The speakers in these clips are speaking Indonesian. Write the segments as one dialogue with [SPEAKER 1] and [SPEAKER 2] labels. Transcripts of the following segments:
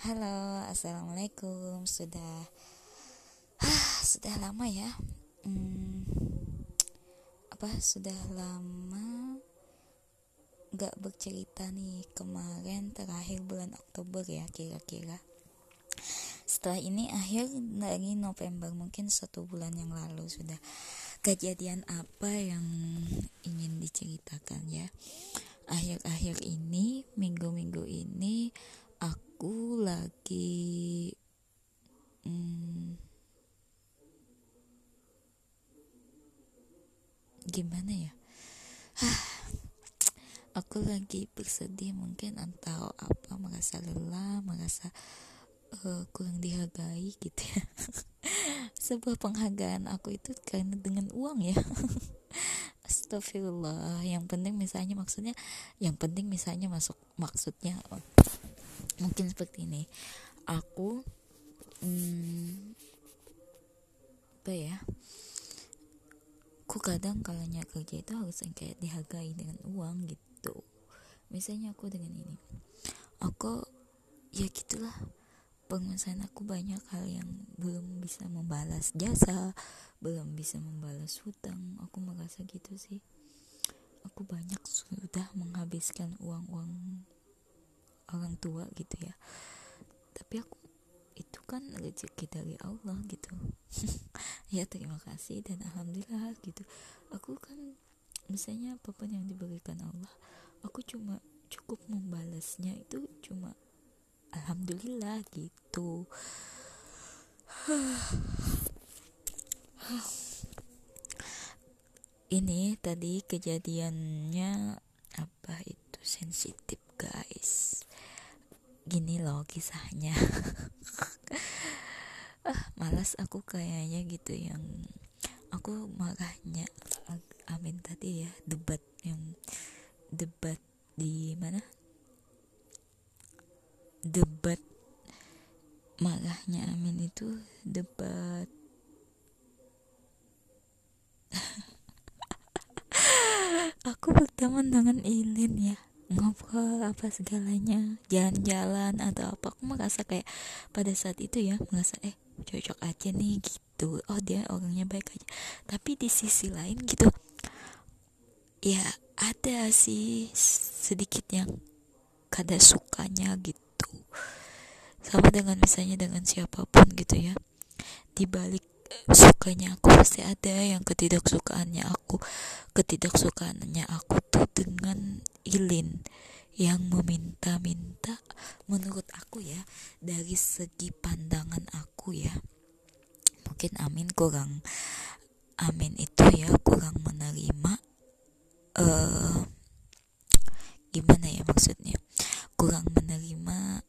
[SPEAKER 1] Halo, assalamualaikum. Sudah lama ya. Hmm, sudah lama nggak bercerita nih. Kemarin terakhir bulan Oktober ya kira-kira. Setelah ini akhir dari November, mungkin 1 bulan yang lalu sudah. Kejadian apa yang ingin diceritakan ya? Akhir-akhir ini, minggu-minggu ini aku lagi gimana ya? Aku lagi bersedih mungkin, atau apa, merasa lelah, merasa kurang dihargai gitu ya. Sebuah penghargaan aku itu karena dengan uang ya. Astagfirullah. Yang penting misalnya masuk, maksudnya mungkin seperti ini. Aku apa ya? Aku kadang kalau kerja itu harus kayak dihargai dengan uang gitu. Misalnya aku dengan ini, aku ya gitulah, pengusahaan aku banyak hal yang belum bisa membalas jasa, belum bisa membalas hutang. Aku merasa gitu sih. Aku banyak sudah menghabiskan uang-uang orang tua gitu ya. Tapi aku itu kan rezeki dari Allah gitu. Ya terima kasih dan alhamdulillah gitu. Aku kan misalnya apapun yang diberikan Allah, aku cuma cukup membalasnya itu cuma alhamdulillah gitu. Ini tadi kejadiannya apa itu sensitif guys. Gini loh kisahnya. Malas aku kayaknya gitu, yang aku marahnya Amin tadi ya, debat di mana, debat marahnya Amin itu debat aku berteman dengan Ilin ya, ngobrol apa segalanya, jalan-jalan atau apa. Aku merasa kayak pada saat itu ya, merasa cocok aja nih gitu, oh dia orangnya baik aja. Tapi di sisi lain gitu ya, ada sih sedikit yang kada sukanya gitu. Sama dengan misalnya dengan siapapun gitu ya, di balik sukanya aku pasti ada yang ketidaksukaannya aku tuh dengan Ilin yang meminta-minta. Menurut aku ya, dari segi pandangan aku ya, mungkin Amin itu ya kurang menerima, gimana ya maksudnya, kurang menerima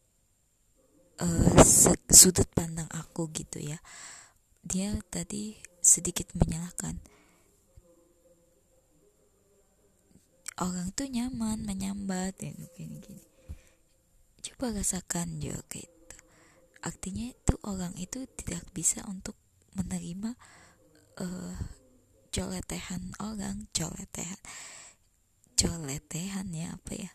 [SPEAKER 1] sudut pandang aku gitu ya. Dia tadi sedikit menyalahkan, orang tuh nyaman menyambat ya, gini. Coba rasakan juga gitu. Artinya itu orang itu tidak bisa untuk menerima coletehan ya, apa ya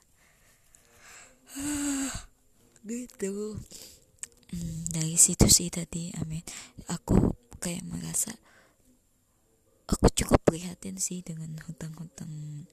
[SPEAKER 1] gitu. Dari situ sih tadi Amin, aku kayak merasa aku cukup prihatin sih dengan hutang-hutang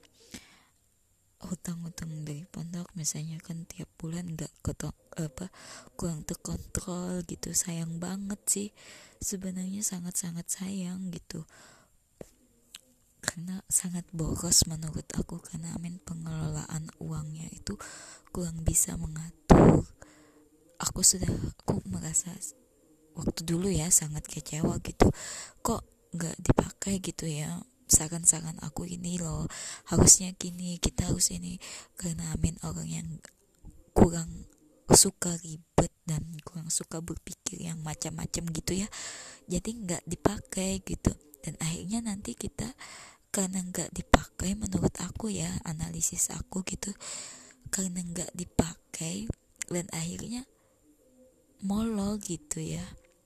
[SPEAKER 1] dari pondok. Misalnya kan tiap bulan nggak kurang terkontrol gitu. Sayang banget sih, sebenarnya sangat-sangat sayang gitu, karena sangat boros menurut aku, karena Amin pengelolaan uangnya itu kurang bisa mengatur. Aku merasa waktu dulu ya sangat kecewa gitu, kok nggak dipakai gitu ya saran-saran aku ini loh, harusnya gini, kita harus ini. Karena Amin orang yang kurang suka ribet dan kurang suka berpikir yang macam-macam gitu ya, jadi nggak dipakai gitu. Dan akhirnya nanti kita, karena nggak dipakai, menurut aku ya, analisis aku gitu, karena nggak dipakai dan akhirnya molor gitu ya.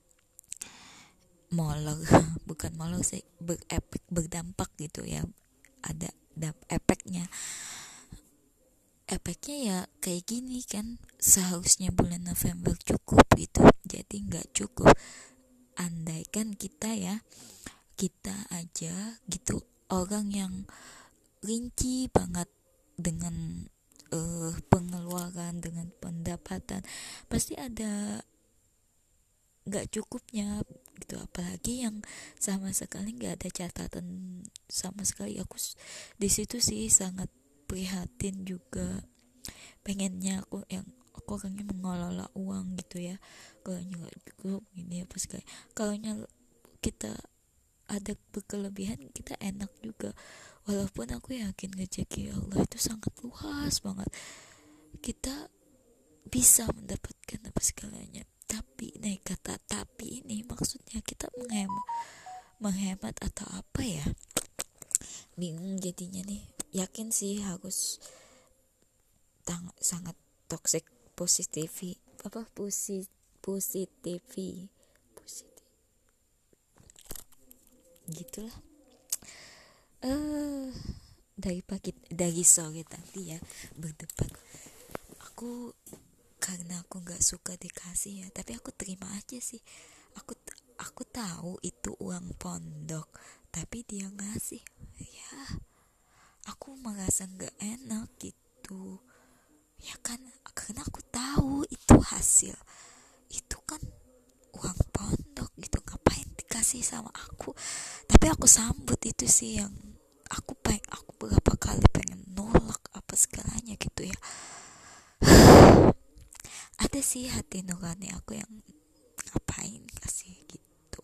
[SPEAKER 1] Molor bukan molor sih, berdampak gitu ya, ada efeknya. efeknya ya kayak gini kan, seharusnya bulan November cukup gitu, jadi nggak cukup. Andaikan kita aja gitu, orang yang rinci banget dengan pengeluaran, dengan pendapatan, pasti ada nggak cukupnya gitu. Apalagi yang sama sekali nggak ada catatan sama sekali. Di situ sih sangat prihatin juga, pengennya aku orangnya mengelola uang gitu ya, kalau nggak cukup gini apa sekali. Kalau kita ada berkelebihan, kita enak juga. Walaupun aku yakin rezeki Allah itu sangat luas banget, kita bisa mendapatkan apa segalanya. Tapi nih, kata tapi ini maksudnya kita menghemat atau apa ya, bingung jadinya nih. Yakin sih harus sangat toxic positivity, apa positivity gitulah. Dari sore tadi ya berdebat, aku karena aku nggak suka dikasih ya, tapi aku terima aja sih. Aku tahu itu uang pondok, tapi dia ngasih ya, aku merasa nggak enak gitu ya kan, karena aku tahu itu hasil, itu kan uang pondok gitu, ngapain dikasih sama aku. Tapi aku sambut itu sih, yang aku berapa kali pengen nolak apa segalanya gitu ya. Ada sih hati nurani aku yang ngapain kasih gitu.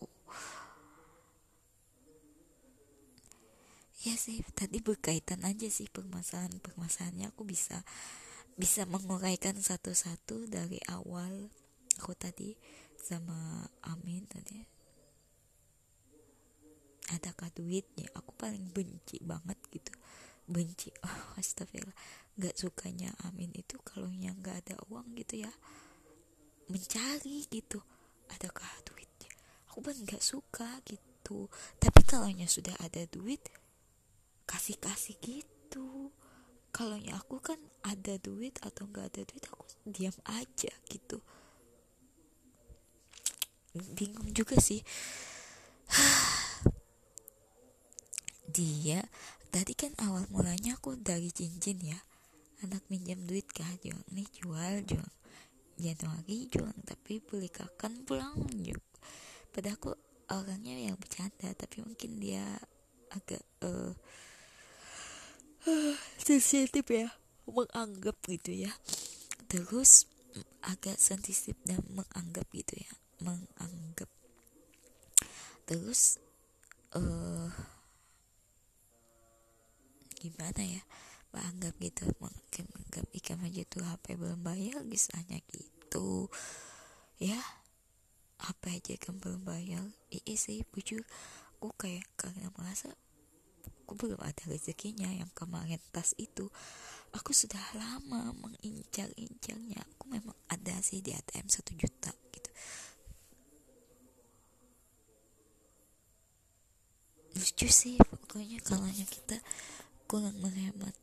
[SPEAKER 1] Ya sih, tadi berkaitan aja sih permasalahannya. Aku bisa menguraikan satu-satu dari awal. Aku tadi sama Amin tadi, adakah duitnya, aku paling benci banget gitu, benci. Astagfirullah, nggak sukanya Amin itu kalau yang nggak ada uang gitu ya, mencari gitu, adakah duitnya, aku kan nggak suka gitu. Tapi kalau sudah ada duit, kasih gitu. Kalau aku kan ada duit atau nggak ada duit, aku diam aja gitu. Bingung juga sih. Dia tadi kan awal mulanya aku dari cincin ya, anak minjam duit kah, jual nih, jual Januari jual, tapi belikan pulang juga. Padahal aku orangnya yang bercanda, tapi mungkin dia agak sensitif ya, menganggap gitu ya. Terus agak sensitif dan menganggap gitu ya, menganggap. Terus gimana ya, menganggap gitu, menganggap ikan aja tuh HP belum bayar misalnya gitu ya, HP aja kan belum bayar. Sih bujur, aku kayak karena merasa aku belum ada rezekinya. Yang kemarin tas itu aku sudah lama mengincar-incarnya, aku memang ada sih di ATM 1 juta gitu. Lucu sih pokoknya kalau kita kurang menghemat.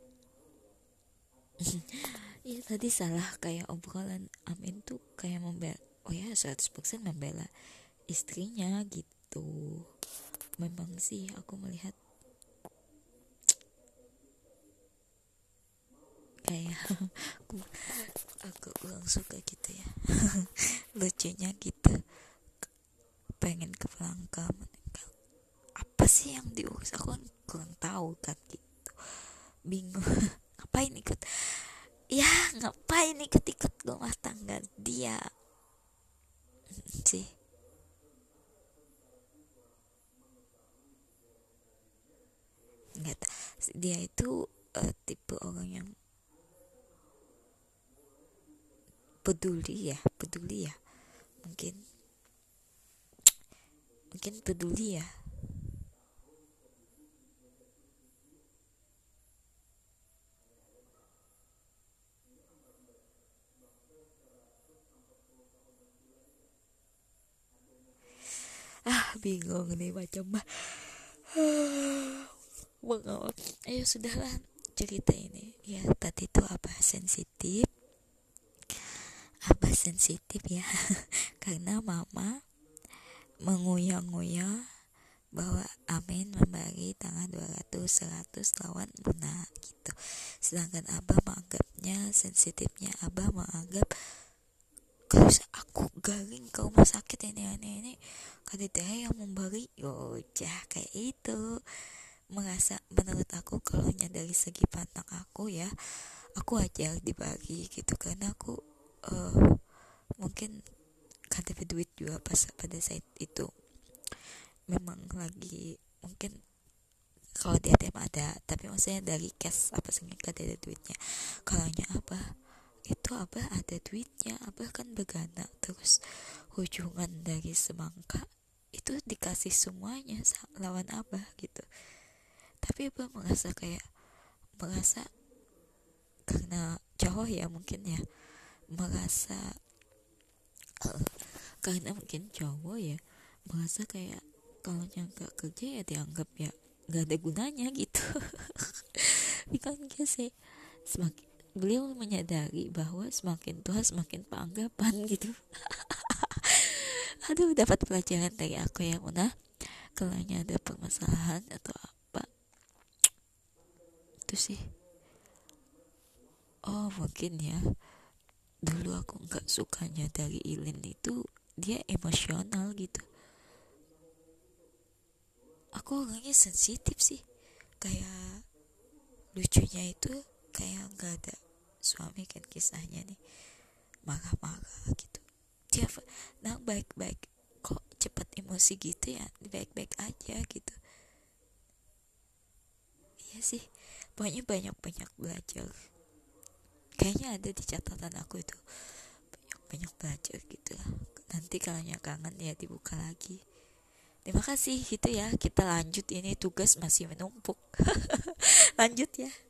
[SPEAKER 1] Iya tadi salah, kayak obrolan Amin tuh kayak membela, oh ya 100% membela istrinya gitu. Memang sih aku melihat kayak aku kurang suka gitu ya. Lucunya gitu, pengen ke pelanggan, apa sih yang diurus, aku kan kurang tahu kan gitu, bingung. Ngapain ikut, ya ngapain ikut rumah tangga dia sih. Nggak, dia itu tipe orang yang peduli ya, mungkin peduli ya. Bingung nih macam mengawal. Ayo sudahlah, cerita ini ya. Tadi tuh abah sensitif ya karena mama menguya-nguya bahwa Amin membagi tanggal 200 100 lawan Buna gitu. Sedangkan abah menganggapnya, sensitifnya abah menganggap kalau aku garing ke rumah sakit ini kada ada yang memberi. Yaudah kayak itu. Merasa menurut aku kalau dari segi pandang aku ya, aku wajar dibagi gitu karena aku mungkin kada berduit juga pada saat itu. Memang lagi mungkin kalau di ATM ada, tapi maksudnya dari cash apa sih kada ada duitnya. Kalau abah itu abah ada duitnya, abah kan begana, terus hujungan dari semangka itu dikasih semuanya lawan abah gitu. Tapi abah merasa karena cowok ya mungkin ya, merasa karena mungkin cowok ya merasa kayak kalau nggak kerja ya dianggap ya nggak ada gunanya gitu. Bukan gitu sih, semakin beliau menyadari bahwa semakin tua semakin panggapan gitu. Aduh, dapat pelajaran dari aku ya Muna. Kalau ada permasalahan atau apa itu sih, oh mungkin ya dulu aku nggak sukanya dari Ilin itu dia emosional gitu. Aku orangnya sensitif sih, kayak lucunya itu kayak nggak ada suami kan kisahnya nih, marah-marah gitu dia. Nah baik-baik kok cepat emosi gitu ya, baik-baik aja gitu. Iya sih, pokoknya banyak-banyak belajar, kayaknya ada di catatan aku itu, banyak belajar gitu lah. Nanti kalau kangen ya dibuka lagi. Terima kasih gitu ya, kita lanjut, ini tugas masih menumpuk. Lanjut ya.